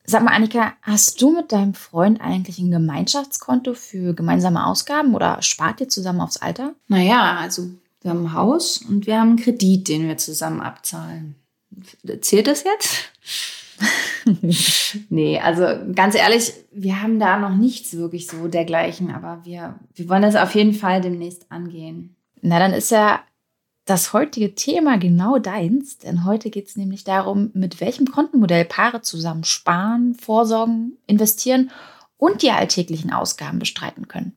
Sag mal, Annika, hast du mit deinem Freund eigentlich ein Gemeinschaftskonto für gemeinsame Ausgaben oder spart ihr zusammen aufs Alter? Naja, also wir haben ein Haus und wir haben einen Kredit, den wir zusammen abzahlen. Zählt das jetzt? Nee, also ganz ehrlich, wir haben da noch nichts wirklich so dergleichen, aber wir wollen das auf jeden Fall demnächst angehen. Na, dann ist ja das heutige Thema genau deins, denn heute geht es nämlich darum, mit welchem Kontenmodell Paare zusammen sparen, vorsorgen, investieren und die alltäglichen Ausgaben bestreiten können.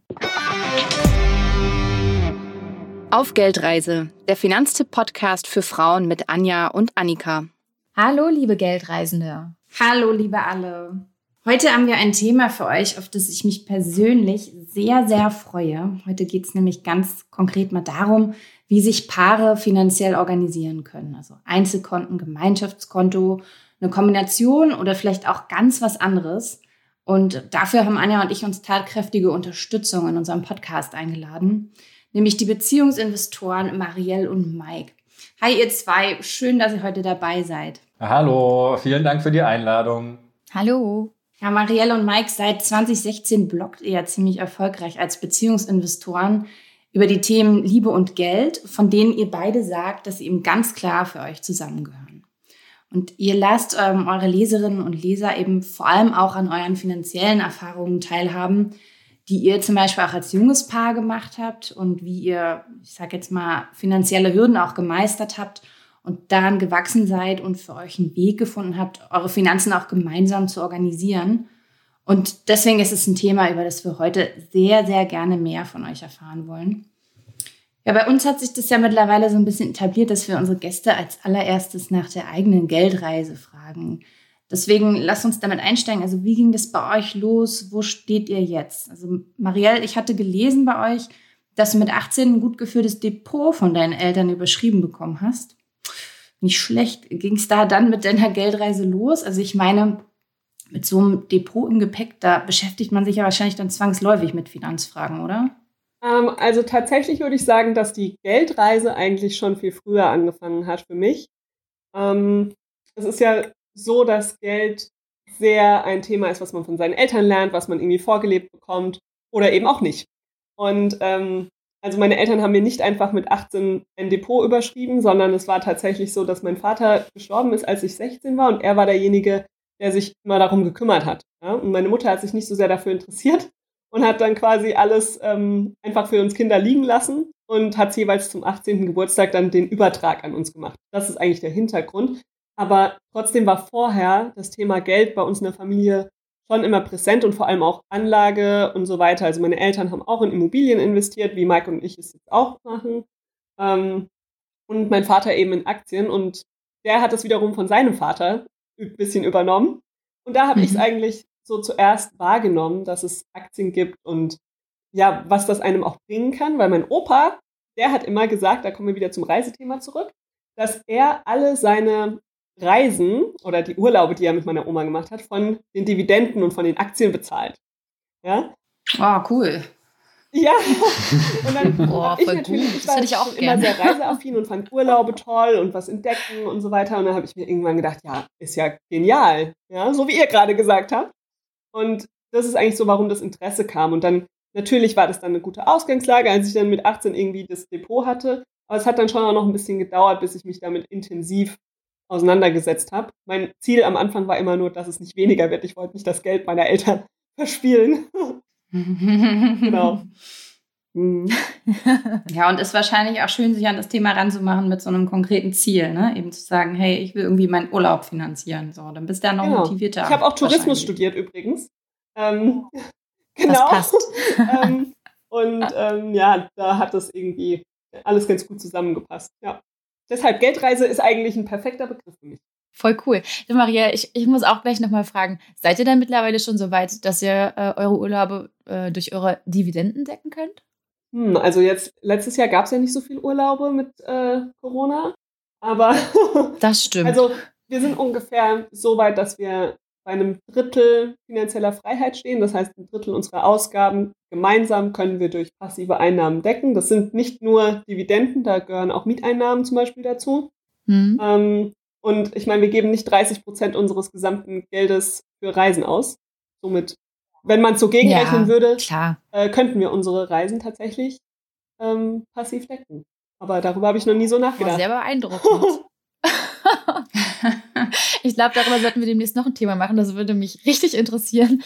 Auf Geldreise, der Finanztipp-Podcast für Frauen mit Anja und Annika. Hallo, liebe Geldreisende. Hallo, liebe alle. Heute haben wir ein Thema für euch, auf das ich mich persönlich sehr, sehr freue. Heute geht es nämlich ganz konkret mal darum, wie sich Paare finanziell organisieren können. Also Einzelkonten, Gemeinschaftskonto, eine Kombination oder vielleicht auch ganz was anderes. Und dafür haben Anja und ich uns tatkräftige Unterstützung in unserem Podcast eingeladen, nämlich die Beziehungsinvestoren Marielle und Mike. Hi ihr zwei, schön, dass ihr heute dabei seid. Hallo, vielen Dank für die Einladung. Hallo. Ja, Marielle und Mike, seit 2016 bloggt ihr ja ziemlich erfolgreich als Beziehungsinvestoren über die Themen Liebe und Geld, von denen ihr beide sagt, dass sie eben ganz klar für euch zusammengehören. Und ihr lasst eure Leserinnen und Leser eben vor allem auch an euren finanziellen Erfahrungen teilhaben, die ihr zum Beispiel auch als junges Paar gemacht habt und wie ihr, ich sag jetzt mal, finanzielle Hürden auch gemeistert habt und daran gewachsen seid und für euch einen Weg gefunden habt, eure Finanzen auch gemeinsam zu organisieren. Und deswegen ist es ein Thema, über das wir heute sehr, sehr gerne mehr von euch erfahren wollen. Ja, bei uns hat sich das ja mittlerweile so ein bisschen etabliert, dass wir unsere Gäste als allererstes nach der eigenen Geldreise fragen. Deswegen lasst uns damit einsteigen. Also wie ging das bei euch los? Wo steht ihr jetzt? Also Marielle, ich hatte gelesen bei euch, dass du mit 18 ein gut geführtes Depot von deinen Eltern überschrieben bekommen hast. Nicht schlecht. Ging es da dann mit deiner Geldreise los? Also ich meine, mit so einem Depot im Gepäck, da beschäftigt man sich ja wahrscheinlich dann zwangsläufig mit Finanzfragen, oder? Also tatsächlich würde ich sagen, dass die Geldreise eigentlich schon viel früher angefangen hat für mich. Es ist ja so, dass Geld sehr ein Thema ist, was man von seinen Eltern lernt, was man irgendwie vorgelebt bekommt oder eben auch nicht. Und also meine Eltern haben mir nicht einfach mit 18 ein Depot überschrieben, sondern es war tatsächlich so, dass mein Vater gestorben ist, als ich 16 war und er war derjenige, der sich immer darum gekümmert hat. Ja? Und meine Mutter hat sich nicht so sehr dafür interessiert und hat dann quasi alles einfach für uns Kinder liegen lassen und hat jeweils zum 18. Geburtstag dann den Übertrag an uns gemacht. Das ist eigentlich der Hintergrund. Aber trotzdem war vorher das Thema Geld bei uns in der Familie schon immer präsent und vor allem auch Anlage und so weiter. Also meine Eltern haben auch in Immobilien investiert, wie Mike und ich es jetzt auch machen. Und mein Vater eben in Aktien. Und der hat das wiederum von seinem Vater ein bisschen übernommen. Und da habe ich es eigentlich so zuerst wahrgenommen, dass es Aktien gibt und ja, was das einem auch bringen kann. Weil mein Opa, der hat immer gesagt, da kommen wir wieder zum Reisethema zurück, dass er alle seine Reisen oder die Urlaube, die er mit meiner Oma gemacht hat, von den Dividenden und von den Aktien bezahlt. Ja? Oh, cool. Ja, und dann hab ich natürlich, ich war auch immer sehr reiseaffin und fand Urlaube toll und was entdecken und so weiter. Und dann habe ich mir irgendwann gedacht, ja, ist ja genial, ja, so wie ihr gerade gesagt habt. Und das ist eigentlich so, warum das Interesse kam. Und dann, natürlich war das dann eine gute Ausgangslage, als ich dann mit 18 irgendwie das Depot hatte. Aber es hat dann schon auch noch ein bisschen gedauert, bis ich mich damit intensiv auseinandergesetzt habe. Mein Ziel am Anfang war immer nur, dass es nicht weniger wird. Ich wollte nicht das Geld meiner Eltern verspielen. Genau. Ja, und ist wahrscheinlich auch schön, sich an das Thema ranzumachen mit so einem konkreten Ziel, ne? Eben zu sagen, hey, ich will irgendwie meinen Urlaub finanzieren. So, dann bist du ja noch motivierter. Ich habe auch Tourismus studiert übrigens. Genau. Das passt. Ja, da hat das irgendwie alles ganz gut zusammengepasst. Ja. Deshalb, Geldreise ist eigentlich ein perfekter Begriff für mich. Voll cool. So, Maria, ich muss auch gleich nochmal fragen, seid ihr dann mittlerweile schon so weit, dass ihr eure Urlaube durch eure Dividenden decken könnt? Also jetzt, letztes Jahr gab es ja nicht so viel Urlaube mit Corona, aber das stimmt. Also wir sind ungefähr so weit, dass wir bei einem Drittel finanzieller Freiheit stehen. Das heißt, ein Drittel unserer Ausgaben gemeinsam können wir durch passive Einnahmen decken. Das sind nicht nur Dividenden, da gehören auch Mieteinnahmen zum Beispiel dazu. Und ich meine, wir geben nicht 30% unseres gesamten Geldes für Reisen aus. Somit, wenn man es so gegenrechnen würde, könnten wir unsere Reisen tatsächlich passiv decken. Aber darüber habe ich noch nie so nachgedacht. Sehr beeindruckend. Ich glaube, darüber sollten wir demnächst noch ein Thema machen. Das würde mich richtig interessieren.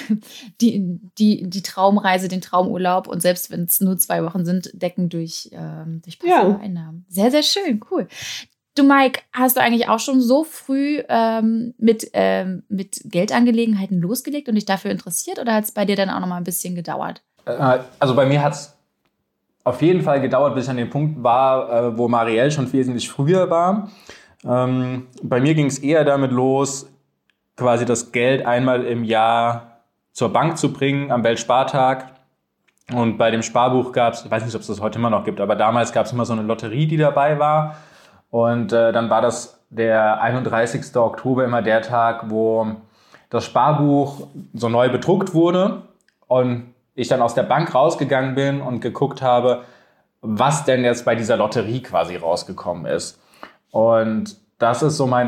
Die Traumreise, den Traumurlaub und selbst wenn es nur 2 Wochen sind, decken durch passive Einnahmen. Sehr, sehr schön, cool. Du, Mike, hast du eigentlich auch schon so früh mit Geldangelegenheiten losgelegt und dich dafür interessiert oder hat es bei dir dann auch noch mal ein bisschen gedauert? Also bei mir hat es auf jeden Fall gedauert, bis ich an dem Punkt war, wo Marielle schon wesentlich früher war. Bei mir ging es eher damit los, quasi das Geld einmal im Jahr zur Bank zu bringen am Weltspartag. Und bei dem Sparbuch gab es, ich weiß nicht, ob es das heute immer noch gibt, aber damals gab es immer so eine Lotterie, die dabei war. Und dann war das der 31. Oktober immer der Tag, wo das Sparbuch so neu bedruckt wurde und ich dann aus der Bank rausgegangen bin und geguckt habe, was denn jetzt bei dieser Lotterie quasi rausgekommen ist. Und das ist so mein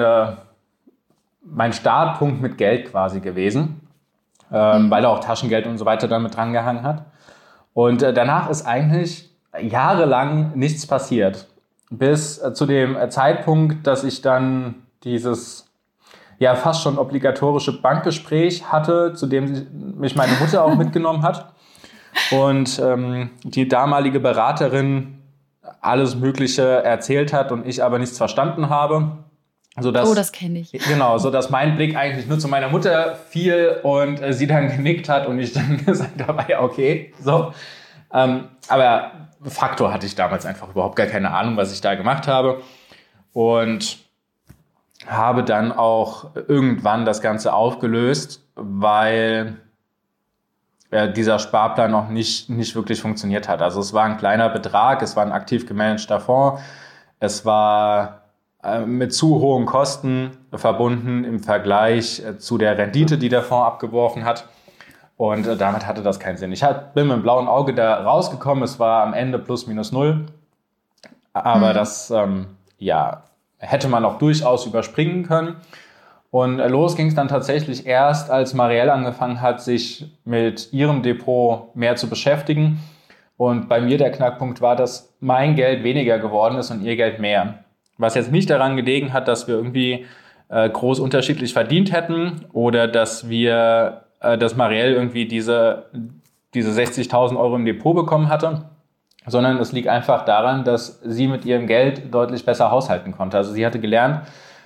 Startpunkt mit Geld quasi gewesen, weil auch Taschengeld und so weiter damit dran gehangen hat. Und danach ist eigentlich jahrelang nichts passiert. Bis zu dem Zeitpunkt, dass ich dann dieses fast schon obligatorische Bankgespräch hatte, zu dem mich meine Mutter auch mitgenommen hat. Und die damalige Beraterin alles Mögliche erzählt hat und ich aber nichts verstanden habe. Das kenne ich. Genau, sodass mein Blick eigentlich nur zu meiner Mutter fiel und sie dann genickt hat und ich dann gesagt habe, ja, okay, so. Aber Faktor hatte ich damals einfach überhaupt gar keine Ahnung, was ich da gemacht habe. Und habe dann auch irgendwann das Ganze aufgelöst, weil dieser Sparplan noch nicht wirklich funktioniert hat. Also es war ein kleiner Betrag, es war ein aktiv gemanagter Fonds, es war mit zu hohen Kosten verbunden im Vergleich zu der Rendite, die der Fonds abgeworfen hat. Und damit hatte das keinen Sinn. Ich bin mit dem blauen Auge da rausgekommen, es war am Ende plus minus 0. Aber das hätte man auch durchaus überspringen können. Und los ging es dann tatsächlich erst, als Marielle angefangen hat, sich mit ihrem Depot mehr zu beschäftigen. Und bei mir der Knackpunkt war, dass mein Geld weniger geworden ist und ihr Geld mehr. Was jetzt nicht daran gelegen hat, dass wir irgendwie groß unterschiedlich verdient hätten oder dass Marielle irgendwie diese 60.000 Euro im Depot bekommen hatte, sondern es liegt einfach daran, dass sie mit ihrem Geld deutlich besser haushalten konnte. Also sie hatte gelernt,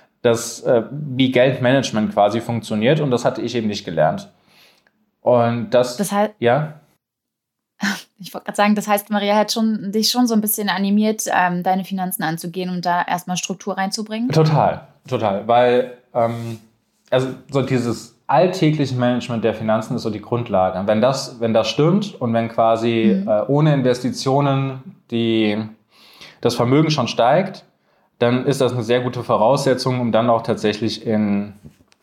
wie Geldmanagement quasi funktioniert und das hatte ich eben nicht gelernt. Und das heißt, ja? Ich wollte gerade sagen, das heißt, Maria hat dich schon so ein bisschen animiert, deine Finanzen anzugehen und da erstmal Struktur reinzubringen? Total. Weil so dieses alltägliche Management der Finanzen ist so die Grundlage. Wenn das stimmt und wenn quasi ohne Investitionen das Vermögen schon steigt, dann ist das eine sehr gute Voraussetzung, um dann auch tatsächlich in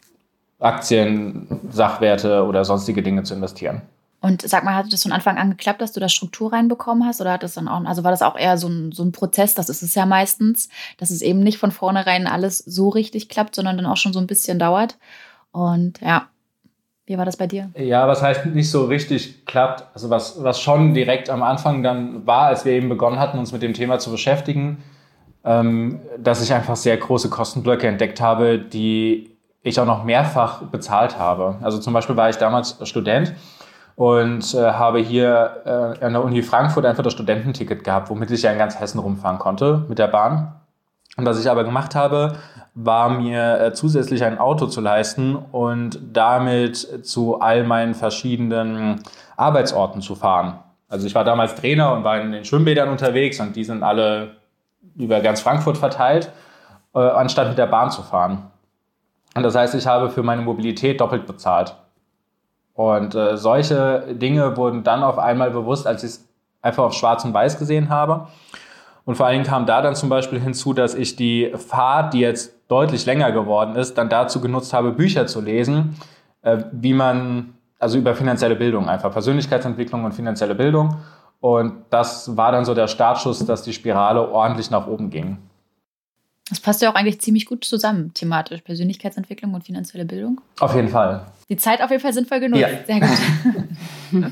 Aktien, Sachwerte oder sonstige Dinge zu investieren. Und sag mal, hat das von Anfang an geklappt, dass du da Struktur reinbekommen hast? Oder hat das dann auch, also war das auch eher so ein Prozess, das ist es ja meistens, dass es eben nicht von vornherein alles so richtig klappt, sondern dann auch schon so ein bisschen dauert? Und ja, wie war das bei dir? Ja, was heißt nicht so richtig klappt? Also was schon direkt am Anfang dann war, als wir eben begonnen hatten, uns mit dem Thema zu beschäftigen, dass ich einfach sehr große Kostenblöcke entdeckt habe, die ich auch noch mehrfach bezahlt habe. Also zum Beispiel war ich damals Student und habe hier an der Uni Frankfurt einfach das Studententicket gehabt, womit ich ja in ganz Hessen rumfahren konnte mit der Bahn. Und was ich aber gemacht habe, war mir zusätzlich ein Auto zu leisten und damit zu all meinen verschiedenen Arbeitsorten zu fahren. Also ich war damals Trainer und war in den Schwimmbädern unterwegs und die sind alle über ganz Frankfurt verteilt, anstatt mit der Bahn zu fahren. Und das heißt, ich habe für meine Mobilität doppelt bezahlt. Und solche Dinge wurden dann auf einmal bewusst, als ich es einfach auf Schwarz und Weiß gesehen habe. Und vor allen Dingen kam da dann zum Beispiel hinzu, dass ich die Fahrt, die jetzt deutlich länger geworden ist, dann dazu genutzt habe, Bücher zu lesen, über finanzielle Bildung einfach, Persönlichkeitsentwicklung und finanzielle Bildung. Und das war dann so der Startschuss, dass die Spirale ordentlich nach oben ging. Das passt ja auch eigentlich ziemlich gut zusammen, thematisch. Persönlichkeitsentwicklung und finanzielle Bildung. Auf jeden Fall. Die Zeit auf jeden Fall sinnvoll genutzt. Ja. Sehr gut.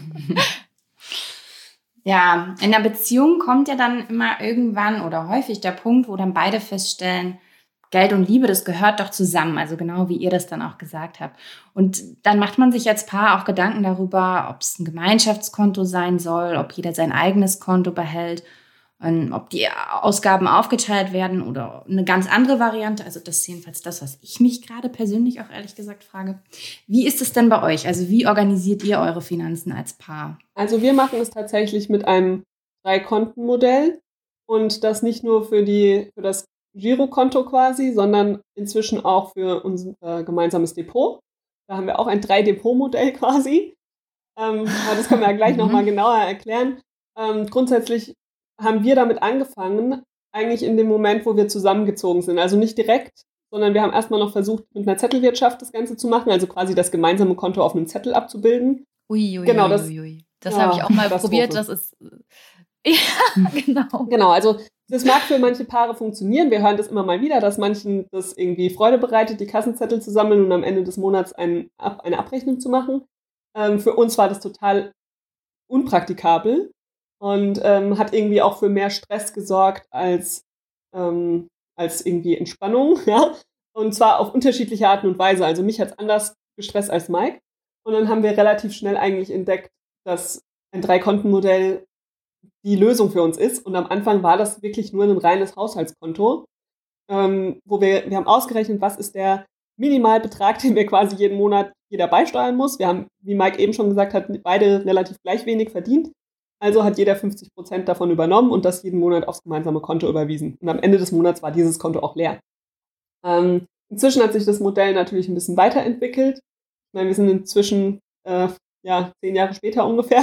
Ja, in einer Beziehung kommt ja dann immer irgendwann oder häufig der Punkt, wo dann beide feststellen, Geld und Liebe, das gehört doch zusammen, also genau wie ihr das dann auch gesagt habt. Und dann macht man sich als Paar auch Gedanken darüber, ob es ein Gemeinschaftskonto sein soll, ob jeder sein eigenes Konto behält, ob die Ausgaben aufgeteilt werden oder eine ganz andere Variante. Also das ist jedenfalls das, was ich mich gerade persönlich auch ehrlich gesagt frage. Wie ist es denn bei euch? Also wie organisiert ihr eure Finanzen als Paar? Also wir machen es tatsächlich mit einem 3-Konten-Modell und das nicht nur für das Girokonto quasi, sondern inzwischen auch für unser gemeinsames Depot. Da haben wir auch ein 3-Depot-Modell quasi. Aber das können wir ja gleich nochmal genauer erklären. Grundsätzlich haben wir damit angefangen, eigentlich in dem Moment, wo wir zusammengezogen sind. Also nicht direkt, sondern wir haben erstmal noch versucht, mit einer Zettelwirtschaft das Ganze zu machen, also quasi das gemeinsame Konto auf einem Zettel abzubilden. Genau, das habe ich auch mal probiert. Das ist ja, genau. Genau, also das mag für manche Paare funktionieren. Wir hören das immer mal wieder, dass manchen das irgendwie Freude bereitet, die Kassenzettel zu sammeln und am Ende des Monats eine Abrechnung zu machen. Für uns war das total unpraktikabel und hat irgendwie auch für mehr Stress gesorgt als irgendwie Entspannung. Ja? Und zwar auf unterschiedliche Arten und Weise. Also mich hat es anders gestresst als Mike. Und dann haben wir relativ schnell eigentlich entdeckt, dass ein 3-Konten-Modell die Lösung für uns ist. Und am Anfang war das wirklich nur ein reines Haushaltskonto, wo wir haben ausgerechnet, was ist der Minimalbetrag, den wir quasi jeden Monat jeder beisteuern muss. Wir haben, wie Mike eben schon gesagt hat, beide relativ gleich wenig verdient. Also hat jeder 50% davon übernommen und das jeden Monat aufs gemeinsame Konto überwiesen. Und am Ende des Monats war dieses Konto auch leer. Inzwischen hat sich das Modell natürlich ein bisschen weiterentwickelt. Ich meine, wir sind inzwischen 10 Jahre später ungefähr.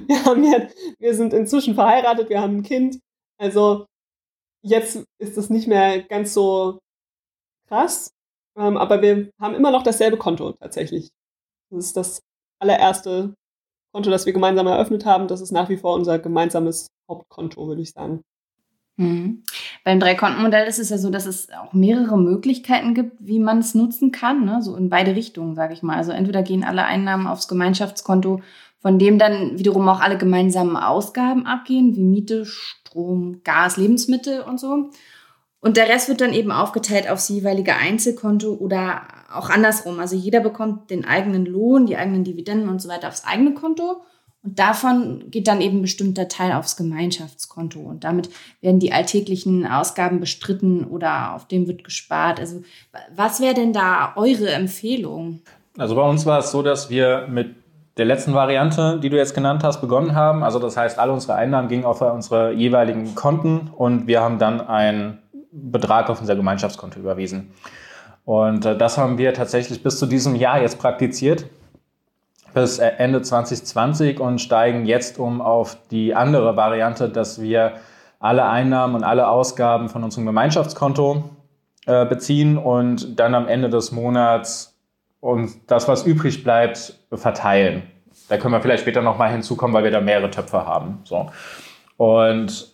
Wir sind inzwischen verheiratet, wir haben ein Kind. Also jetzt ist das nicht mehr ganz so krass, aber wir haben immer noch dasselbe Konto tatsächlich. Das ist das allererste Konto, das wir gemeinsam eröffnet haben. Das ist nach wie vor unser gemeinsames Hauptkonto, würde ich sagen. Mhm. Beim 3-Konten-Modell ist es ja so, dass es auch mehrere Möglichkeiten gibt, wie man es nutzen kann, ne? So in beide Richtungen, sage ich mal. Also entweder gehen alle Einnahmen aufs Gemeinschaftskonto, von dem dann wiederum auch alle gemeinsamen Ausgaben abgehen, wie Miete, Strom, Gas, Lebensmittel und so. Und der Rest wird dann eben aufgeteilt aufs jeweilige Einzelkonto oder auch andersrum. Also jeder bekommt den eigenen Lohn, die eigenen Dividenden und so weiter aufs eigene Konto. Und davon geht dann eben ein bestimmter Teil aufs Gemeinschaftskonto. Und damit werden die alltäglichen Ausgaben bestritten oder auf dem wird gespart. Also was wäre denn da eure Empfehlung? Also bei uns war es so, dass wir mit der letzten Variante, die du jetzt genannt hast, begonnen haben. Also das heißt, alle unsere Einnahmen gingen auf unsere jeweiligen Konten und wir haben dann einen Betrag auf unser Gemeinschaftskonto überwiesen. Und das haben wir tatsächlich bis zu diesem Jahr jetzt praktiziert, bis Ende 2020 und steigen jetzt auf die andere Variante, dass wir alle Einnahmen und alle Ausgaben von unserem Gemeinschaftskonto beziehen und dann am Ende des Monats uns das, was übrig bleibt, verteilen. Da können wir vielleicht später nochmal hinzukommen, weil wir da mehrere Töpfe haben. So. Und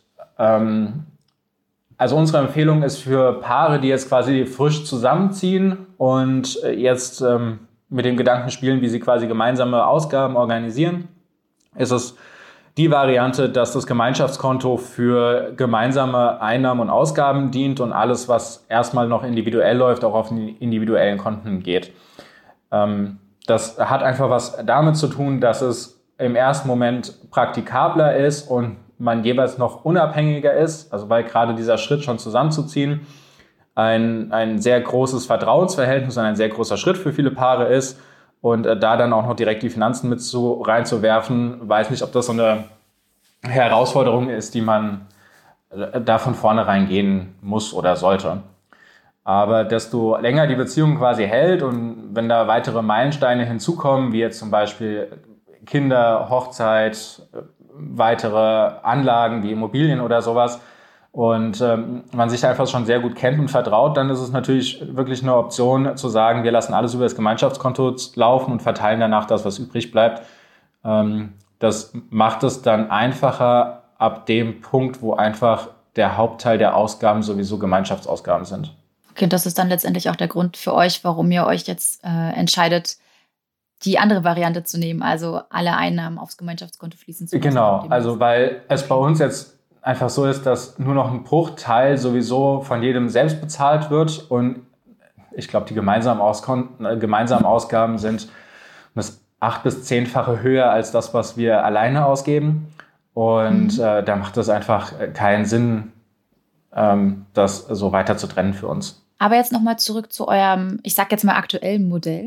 also unsere Empfehlung ist für Paare, die jetzt quasi frisch zusammenziehen und jetzt mit dem Gedanken spielen, wie sie quasi gemeinsame Ausgaben organisieren, ist es die Variante, dass das Gemeinschaftskonto für gemeinsame Einnahmen und Ausgaben dient und alles, was erstmal noch individuell läuft, auch auf die individuellen Konten geht. Das hat einfach was damit zu tun, dass es im ersten Moment praktikabler ist und man jeweils noch unabhängiger ist, also weil gerade dieser Schritt schon zusammenzuziehen ein sehr großes Vertrauensverhältnis und ein sehr großer Schritt für viele Paare ist und da dann auch noch direkt die Finanzen mit reinzuwerfen, weiß nicht, ob das so eine Herausforderung ist, die man da von vornherein gehen muss oder sollte. Aber desto länger die Beziehung quasi hält und wenn da weitere Meilensteine hinzukommen, wie jetzt zum Beispiel Kinder, Hochzeit, weitere Anlagen wie Immobilien oder sowas und man sich einfach schon sehr gut kennt und vertraut, dann ist es natürlich wirklich eine Option zu sagen, wir lassen alles über das Gemeinschaftskonto laufen und verteilen danach das, was übrig bleibt. Das macht es dann einfacher ab dem Punkt, wo einfach der Hauptteil der Ausgaben sowieso Gemeinschaftsausgaben sind. Okay, das ist dann letztendlich auch der Grund für euch, warum ihr euch jetzt entscheidet, die andere Variante zu nehmen, also alle Einnahmen aufs Gemeinschaftskonto fließen zu lassen. Genau, also weil es bei uns jetzt einfach so ist, dass nur noch ein Bruchteil sowieso von jedem selbst bezahlt wird und ich glaube, die gemeinsamen Ausgaben sind das 8- bis 10-fache höher als das, was wir alleine ausgeben. Und da macht es einfach keinen Sinn, das so weiter zu trennen für uns. Aber jetzt nochmal zurück zu eurem, ich sag jetzt mal aktuellen Modell.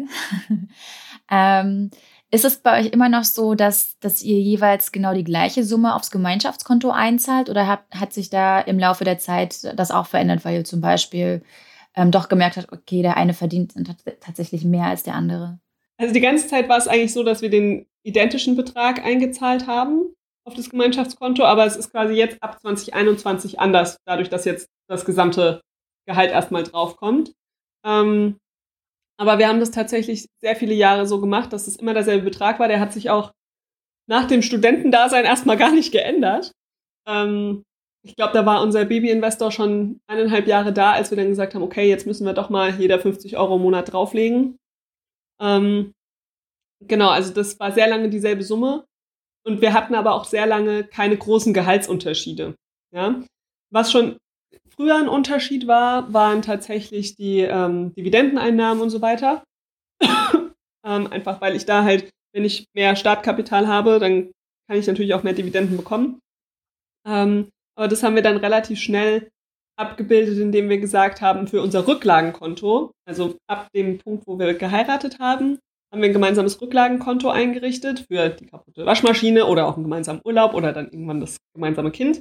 Ist es bei euch immer noch so, dass ihr jeweils genau die gleiche Summe aufs Gemeinschaftskonto einzahlt? Oder hat sich da im Laufe der Zeit das auch verändert, weil ihr zum Beispiel doch gemerkt habt, okay, der eine verdient tatsächlich mehr als der andere? Also die ganze Zeit war es eigentlich so, dass wir den identischen Betrag eingezahlt haben auf das Gemeinschaftskonto, aber es ist quasi jetzt ab 2021 anders, dadurch, dass jetzt das gesamte Gehalt erstmal draufkommt. Aber wir haben das tatsächlich sehr viele Jahre so gemacht, dass es immer derselbe Betrag war. Der hat sich auch nach dem Studentendasein erstmal gar nicht geändert. Ich glaube, da war unser Baby-Investor schon 1,5 Jahre da, als wir dann gesagt haben, okay, jetzt müssen wir doch mal jeder 50 € im Monat drauflegen. Genau, also das war sehr lange dieselbe Summe. Und wir hatten aber auch sehr lange keine großen Gehaltsunterschiede. Ja? Was schon früher ein Unterschied war, waren tatsächlich die Dividendeneinnahmen und so weiter. Einfach weil ich da halt, wenn ich mehr Startkapital habe, dann kann ich natürlich auch mehr Dividenden bekommen. Aber das haben wir dann relativ schnell abgebildet, indem wir gesagt haben, für unser Rücklagenkonto, also ab dem Punkt, wo wir geheiratet haben, haben wir ein gemeinsames Rücklagenkonto eingerichtet für die kaputte Waschmaschine oder auch einen gemeinsamen Urlaub oder dann irgendwann das gemeinsame Kind.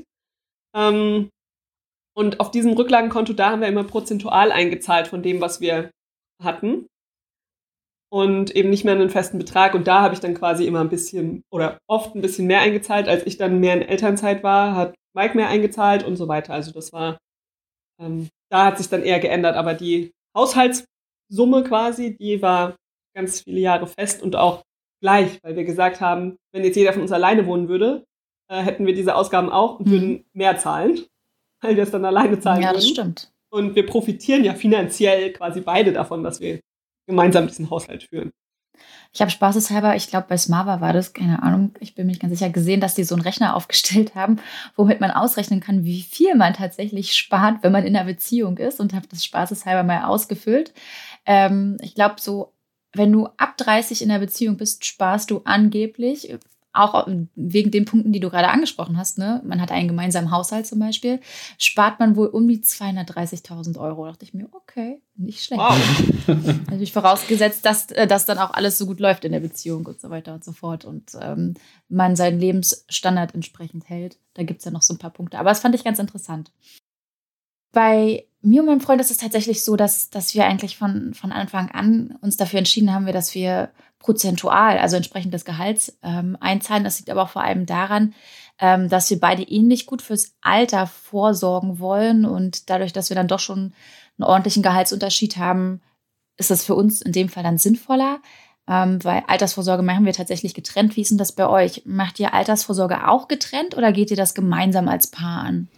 Und auf diesem Rücklagenkonto, da haben wir immer prozentual eingezahlt von dem, was wir hatten. Und eben nicht mehr einen festen Betrag. Und da habe ich dann quasi immer ein bisschen oder oft ein bisschen mehr eingezahlt. Als ich dann mehr in Elternzeit war, hat Mike mehr eingezahlt und so weiter. Also das war, da hat sich dann eher geändert. Aber die Haushaltssumme quasi, die war ganz viele Jahre fest und auch gleich, weil wir gesagt haben, wenn jetzt jeder von uns alleine wohnen würde, hätten wir diese Ausgaben auch und würden mehr zahlen, weil wir es dann alleine zahlen würden. Ja, das stimmt. Und wir profitieren ja finanziell quasi beide davon, dass wir gemeinsam diesen Haushalt führen. Ich habe spaßeshalber, ich glaube bei Smava war das, keine Ahnung, ich bin mir nicht ganz sicher, gesehen, dass die so einen Rechner aufgestellt haben, womit man ausrechnen kann, wie viel man tatsächlich spart, wenn man in einer Beziehung ist, und habe das spaßeshalber mal ausgefüllt. Ich glaube so, wenn du ab 30 in einer Beziehung bist, sparst du angeblich, auch wegen den Punkten, die du gerade angesprochen hast, ne? Man hat einen gemeinsamen Haushalt zum Beispiel, spart man wohl um die 230.000 €. Da dachte ich mir, okay, nicht schlecht. Wow. Natürlich vorausgesetzt, dass das dann auch alles so gut läuft in der Beziehung und so weiter und so fort und man seinen Lebensstandard entsprechend hält. Da gibt es ja noch so ein paar Punkte. Aber das fand ich ganz interessant. Bei mir und meinem Freund ist es tatsächlich so, dass wir eigentlich von Anfang an uns dafür entschieden haben, dass wir prozentual, also entsprechend des Gehalts, einzahlen. Das liegt aber auch vor allem daran, dass wir beide ähnlich gut fürs Alter vorsorgen wollen. Und dadurch, dass wir dann doch schon einen ordentlichen Gehaltsunterschied haben, ist das für uns in dem Fall dann sinnvoller. Weil Altersvorsorge machen wir tatsächlich getrennt. Wie ist denn das bei euch? Macht ihr Altersvorsorge auch getrennt oder geht ihr das gemeinsam als Paar an?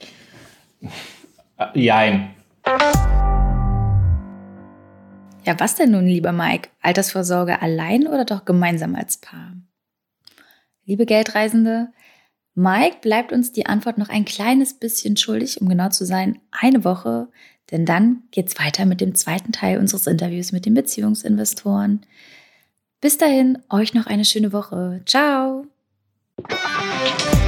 Jein. Ja, was denn nun, lieber Mike? Altersvorsorge allein oder doch gemeinsam als Paar? Liebe Geldreisende, Mike bleibt uns die Antwort noch ein kleines bisschen schuldig, um genau zu sein, 1 Woche, denn dann geht's weiter mit dem zweiten Teil unseres Interviews mit den Beziehungsinvestoren. Bis dahin, euch noch eine schöne Woche. Ciao!